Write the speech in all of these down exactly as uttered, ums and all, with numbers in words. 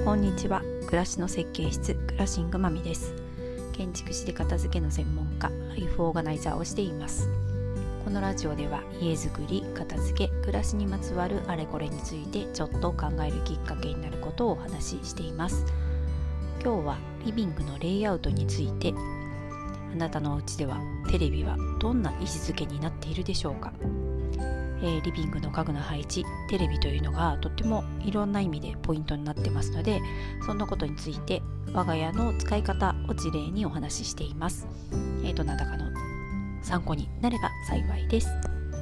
こんにちは。暮らしの設計室クラシングマミです。建築士で片付けの専門家、ライフオーガナイザーをしています。このラジオでは家づくり、片付け、暮らしにまつわるあれこれについてちょっと考えるきっかけになることをお話ししています。今日はリビングのレイアウトについて、あなたのお家ではテレビはどんな位置づけになっているでしょうか。えー、リビングの家具の配置、テレビというのがとってもいろんな意味でポイントになってますので、そんなことについて我が家の使い方を事例にお話ししています。えー、どなたかの参考になれば幸いです。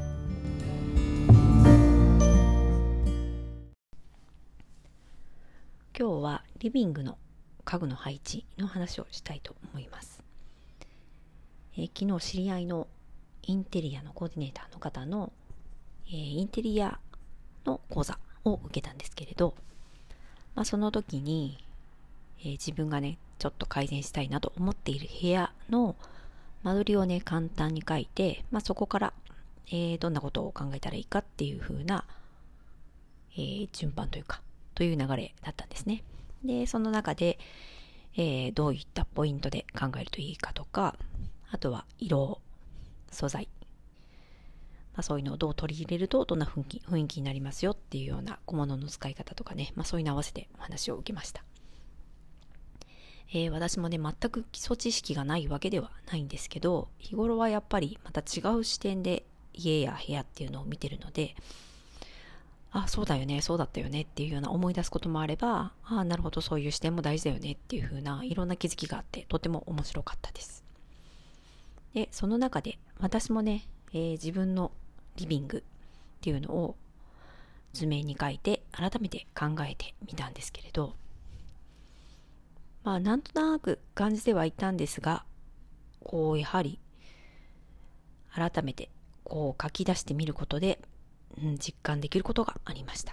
今日はリビングの家具の配置の話をしたいと思います。えー、昨日知り合いのインテリアのコーディネーターの方のえー、インテリアの講座を受けたんですけれど、まあ、その時に、えー、自分がねちょっと改善したいなと思っている部屋の間取りをね簡単に書いて、まあ、そこから、えー、どんなことを考えたらいいかっていう風な、えー、順番というかという流れだったんですね。でその中で、えー、どういったポイントで考えるといいかとか、あとは色、素材、まあ、そういうのをどう取り入れるとどんな雰囲気、雰囲気になりますよっていうような小物の使い方とかね、まあ、そういうの合わせてお話を受けました。えー、私もね全く基礎知識がないわけではないんですけど、日頃はやっぱりまた違う視点で家や部屋っていうのを見てるので、あそうだよねそうだったよねっていうような思い出すこともあれば、あなるほどそういう視点も大事だよねっていう風ないろんな気づきがあって、とても面白かったです。でその中で私もね、えー、自分のリビングっていうのを図面に書いて改めて考えてみたんですけれど、まあなんとなく感じてはいたんですが、こうやはり改めてこう書き出してみることで、うん、実感できることがありました。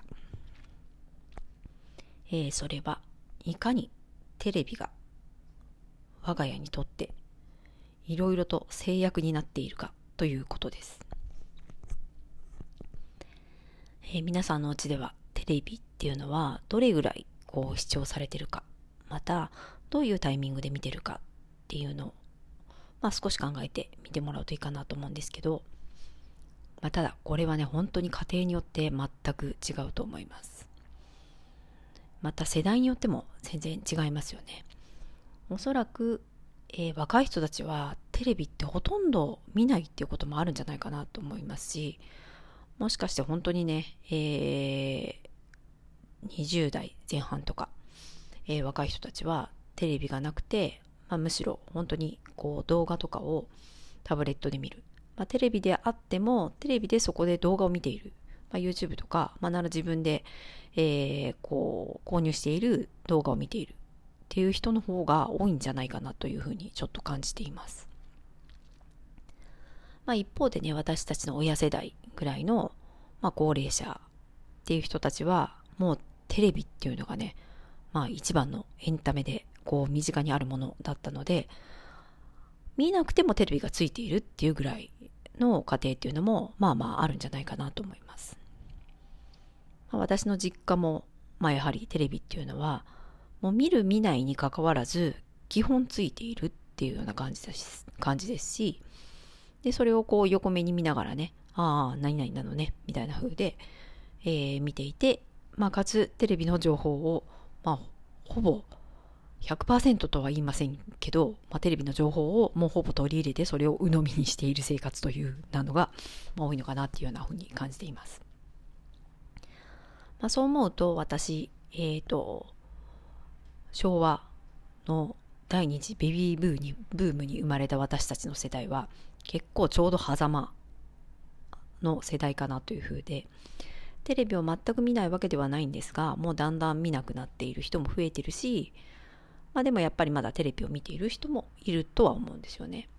えー、それはいかにテレビが我が家にとっていろいろと制約になっているかということです。えー、皆さんのお家ではテレビっていうのはどれぐらいこう視聴されてるか、またどういうタイミングで見てるかっていうのを、まあ、少し考えてみてもらうといいかなと思うんですけど、まあ、ただこれはね本当に家庭によって全く違うと思います。また世代によっても全然違いますよね。おそらく、えー、若い人たちはテレビってほとんど見ないっていうこともあるんじゃないかなと思いますし、もしかして本当にね、えー、にじゅう代前半とか、えー、若い人たちはテレビがなくて、まあ、むしろ本当にこう動画とかをタブレットで見る、まあ、テレビであってもテレビでそこで動画を見ている、まあ、YouTube とか、まあ、なら自分で、えー、こう購入している動画を見ているっていう人の方が多いんじゃないかなというふうにちょっと感じています。まあ、一方でね、私たちの親世代ぐらいの、まあ、高齢者っていう人たちはもうテレビっていうのがね、まあ、一番のエンタメでこう身近にあるものだったので、見なくてもテレビがついているっていうぐらいの家庭っていうのもまあまああるんじゃないかなと思います。まあ、私の実家も、まあ、やはりテレビっていうのはもう見る見ないにかかわらず基本ついているっていうような感じです、感じですし、でそれをこう横目に見ながらね、ああ何々なのねみたいな風で、えー、見ていて、まあ、かつテレビの情報を、まあ、ほぼ ひゃくパーセント とは言いませんけど、まあ、テレビの情報をもうほぼ取り入れてそれを鵜呑みにしている生活というなのが、まあ、多いのかなっていうような風に感じています。まあ、そう思うと私、えーと昭和の第二次ベビーブームに、ブームに生まれた私たちの世代は結構ちょうど狭間の世代かなという風で、テレビを全く見ないわけではないんですが、もうだんだん見なくなっている人も増えてるし、まあでもやっぱりまだテレビを見ている人もいるとは思うんですよね。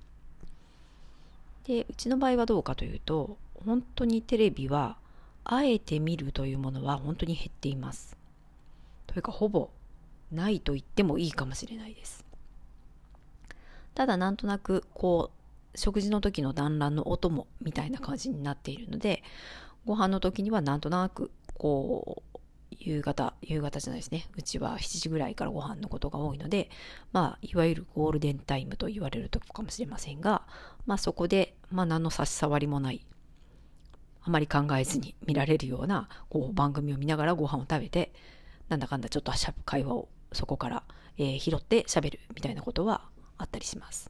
で、うちの場合はどうかというと、本当にテレビはあえて見るというものは本当に減っています。というかほぼないと言ってもいいかもしれないです。ただなんとなくこう食事の時の団らんのお供みたいな感じになっているので、ご飯の時にはなんとなくこう夕方、夕方じゃないですね。うちはしちじぐらいからご飯のことが多いので、まあ、いわゆるゴールデンタイムと言われるとこかもしれませんが、まあそこで、まあ何の差し障りもない、あまり考えずに見られるようなこう番組を見ながらご飯を食べて、なんだかんだちょっと会話をそこから、えー、拾って喋るみたいなことはあったりします。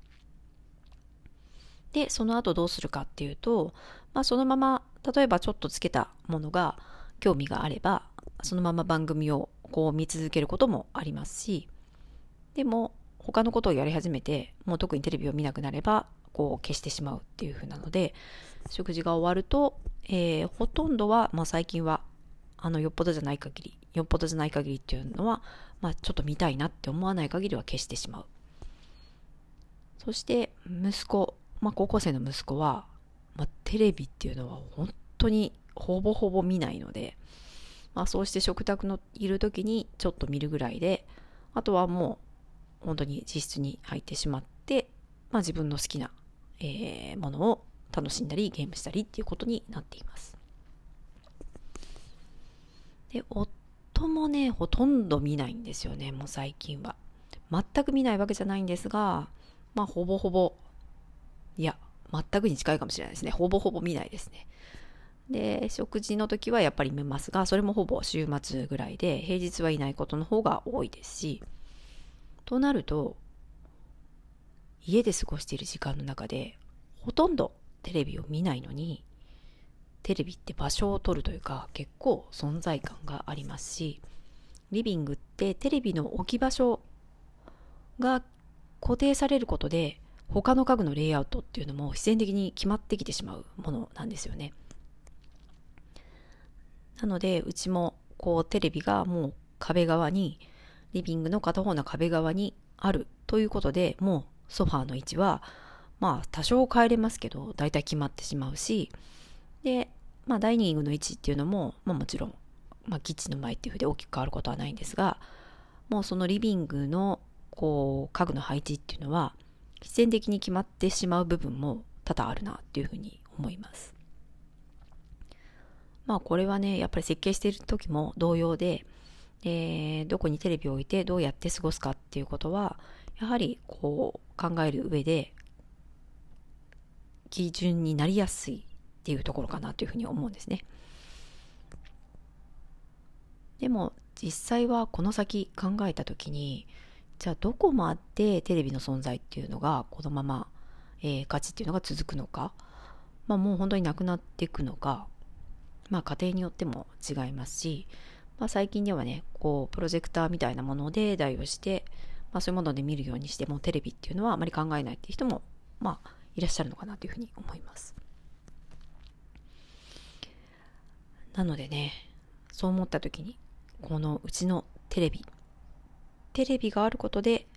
で、その後どうするかっていうと、まあそのまま、例えばちょっとつけたものが興味があれば、そのまま番組をこう見続けることもありますし、でも他のことをやり始めて、もう特にテレビを見なくなれば、こう消してしまうっていう風なので、食事が終わると、えー、ほとんどは、まあ最近は、あの、よっぽどじゃない限り、よっぽどじゃない限りっていうのは、まあちょっと見たいなって思わない限りは消してしまう。そして、息子、まあ高校生の息子は、まあテレビっていうのは本当にほぼほぼ見ないので、まあそうして食卓のいる時にちょっと見るぐらいで、あとはもう本当に自室に入ってしまって、まあ自分の好きな、えー、ものを楽しんだりゲームしたりっていうことになっています。で、夫もね、ほとんど見ないんですよね、もう最近は。全く見ないわけじゃないんですが、まあほぼほぼ、いや、全くに近いかもしれないですね。ほぼほぼ見ないですね。で、食事の時はやっぱり見ますが、それもほぼ週末ぐらいで、平日はいないことの方が多いですし、となると、家で過ごしている時間の中で、ほとんどテレビを見ないのに、テレビって場所を取るというか、結構存在感がありますし、リビングってテレビの置き場所が固定されることで、他の家具のレイアウトっていうのも自然的に決まってきてしまうものなんですよね。なので、うちもこうテレビがもう壁側に、リビングの片方の壁側にあるということで、もうソファーの位置は、まあ多少変えれますけど、だいたい決まってしまうし、で、まあダイニングの位置っていうのも、まあもちろん、まあキッチンの前っていうふうで大きく変わることはないんですが、もうそのリビングのこう家具の配置っていうのは、必然的に決まってしまう部分も多々あるなっていうふうに思います。まあこれはね、やっぱり設計している時も同様で、えー、どこにテレビを置いてどうやって過ごすかっていうことは、やはりこう考える上で基準になりやすいっていうところかなというふうに思うんですね。でも実際はこの先考えた時に、じゃあどこまでテレビの存在っていうのがこのまま、えー、価値っていうのが続くのか、まあもう本当になくなっていくのか、まあ家庭によっても違いますし、まあ最近ではね、こうプロジェクターみたいなもので代用して、まあそういうもので見るようにして、もうテレビっていうのはあまり考えないっていう人も、まあいらっしゃるのかなというふうに思います。なのでね、そう思った時に、このうちのテレビ、テレビがあることで、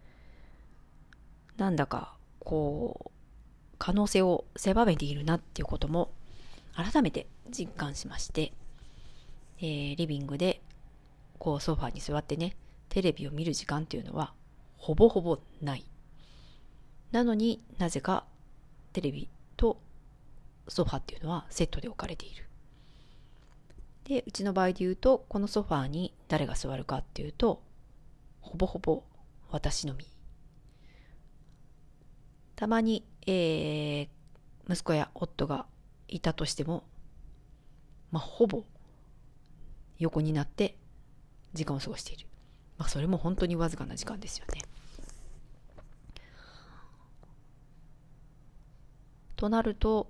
なんだかこう、可能性を狭めているなっていうことも改めて実感しまして、えー、リビングでこうソファーに座ってね、テレビを見る時間っていうのはほぼほぼない。なのになぜかテレビとソファーっていうのはセットで置かれている。で、うちの場合で言うと、このソファーに誰が座るかっていうと、ほぼほぼ私のみ。たまに、えー、息子や夫がいたとしても、まあ、ほぼ横になって時間を過ごしている。まあ、それも本当にわずかな時間ですよね。となると、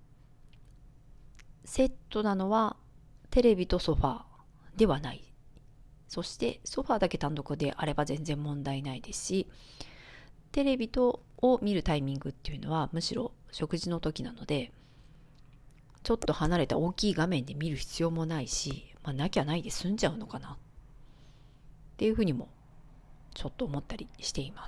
セットなのはテレビとソファーではない。そしてソファーだけ単独であれば全然問題ないですし、テレビとを見るタイミングっていうのはむしろ食事の時なので、ちょっと離れた大きい画面で見る必要もないし、まあ、なきゃないで済んじゃうのかなっていうふうにもちょっと思ったりしています。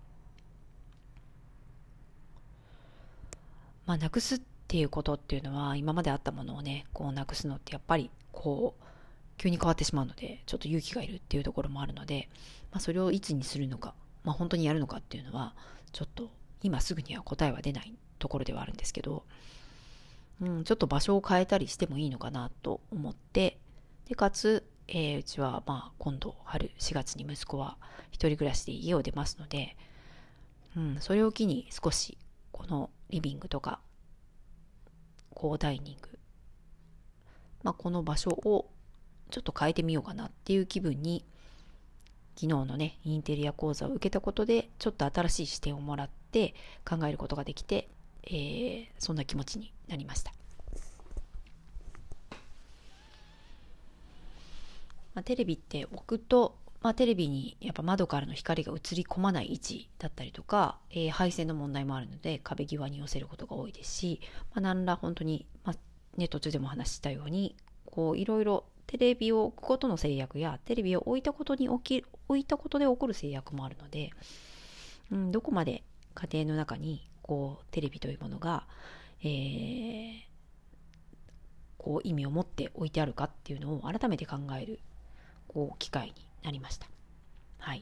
まあ、なくすっていうことっていうのは、今まであったものをね、こうなくすのってやっぱりこう急に変わってしまうので、ちょっと勇気がいるっていうところもあるので、まあ、それをいつにするのか、まあ、本当にやるのかっていうのはちょっと今すぐには答えは出ないところではあるんですけど、うん、ちょっと場所を変えたりしてもいいのかなと思って、 でかつ、えーうちはまあ今度春しがつに息子は一人暮らしで家を出ますので、うん、それを機に少しこのリビングとかこうダイニング、まあ、この場所をちょっと変えてみようかなっていう気分に、昨日のねインテリア講座を受けたことでちょっと新しい視点をもらって考えることができて、えー、そんな気持ちになりました。まあ、テレビって置くと、まあ、テレビにやっぱ窓からの光が映り込まない位置だったりとか、えー、配線の問題もあるので壁際に寄せることが多いですし、まあ、何ら本当に、まあね、途中でも話したようにこういろいろテレビを置くことの制約やテレビを置いたことに起き置いたことで起こる制約もあるので、うん、どこまで家庭の中にこうテレビというものが、えー、こう意味を持って置いてあるかっていうのを改めて考えるこう機会になりました。はい。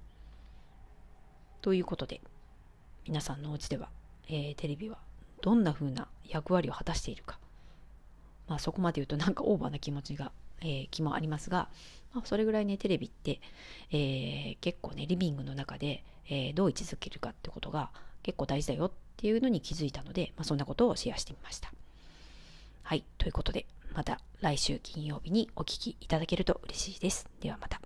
ということで皆さんのお家では、えー、テレビはどんな風な役割を果たしているか、まあ、そこまで言うとなんかオーバーな気持ちが、えー、気もありますが、まあ、それぐらいねテレビって、えー、結構ねリビングの中で、えー、どう位置づけるかってことが結構大事だよっていうのに気づいたので、まあ、そんなことをシェアしてみました。はい、ということでまた来週金曜日にお聞きいただけると嬉しいです。ではまた。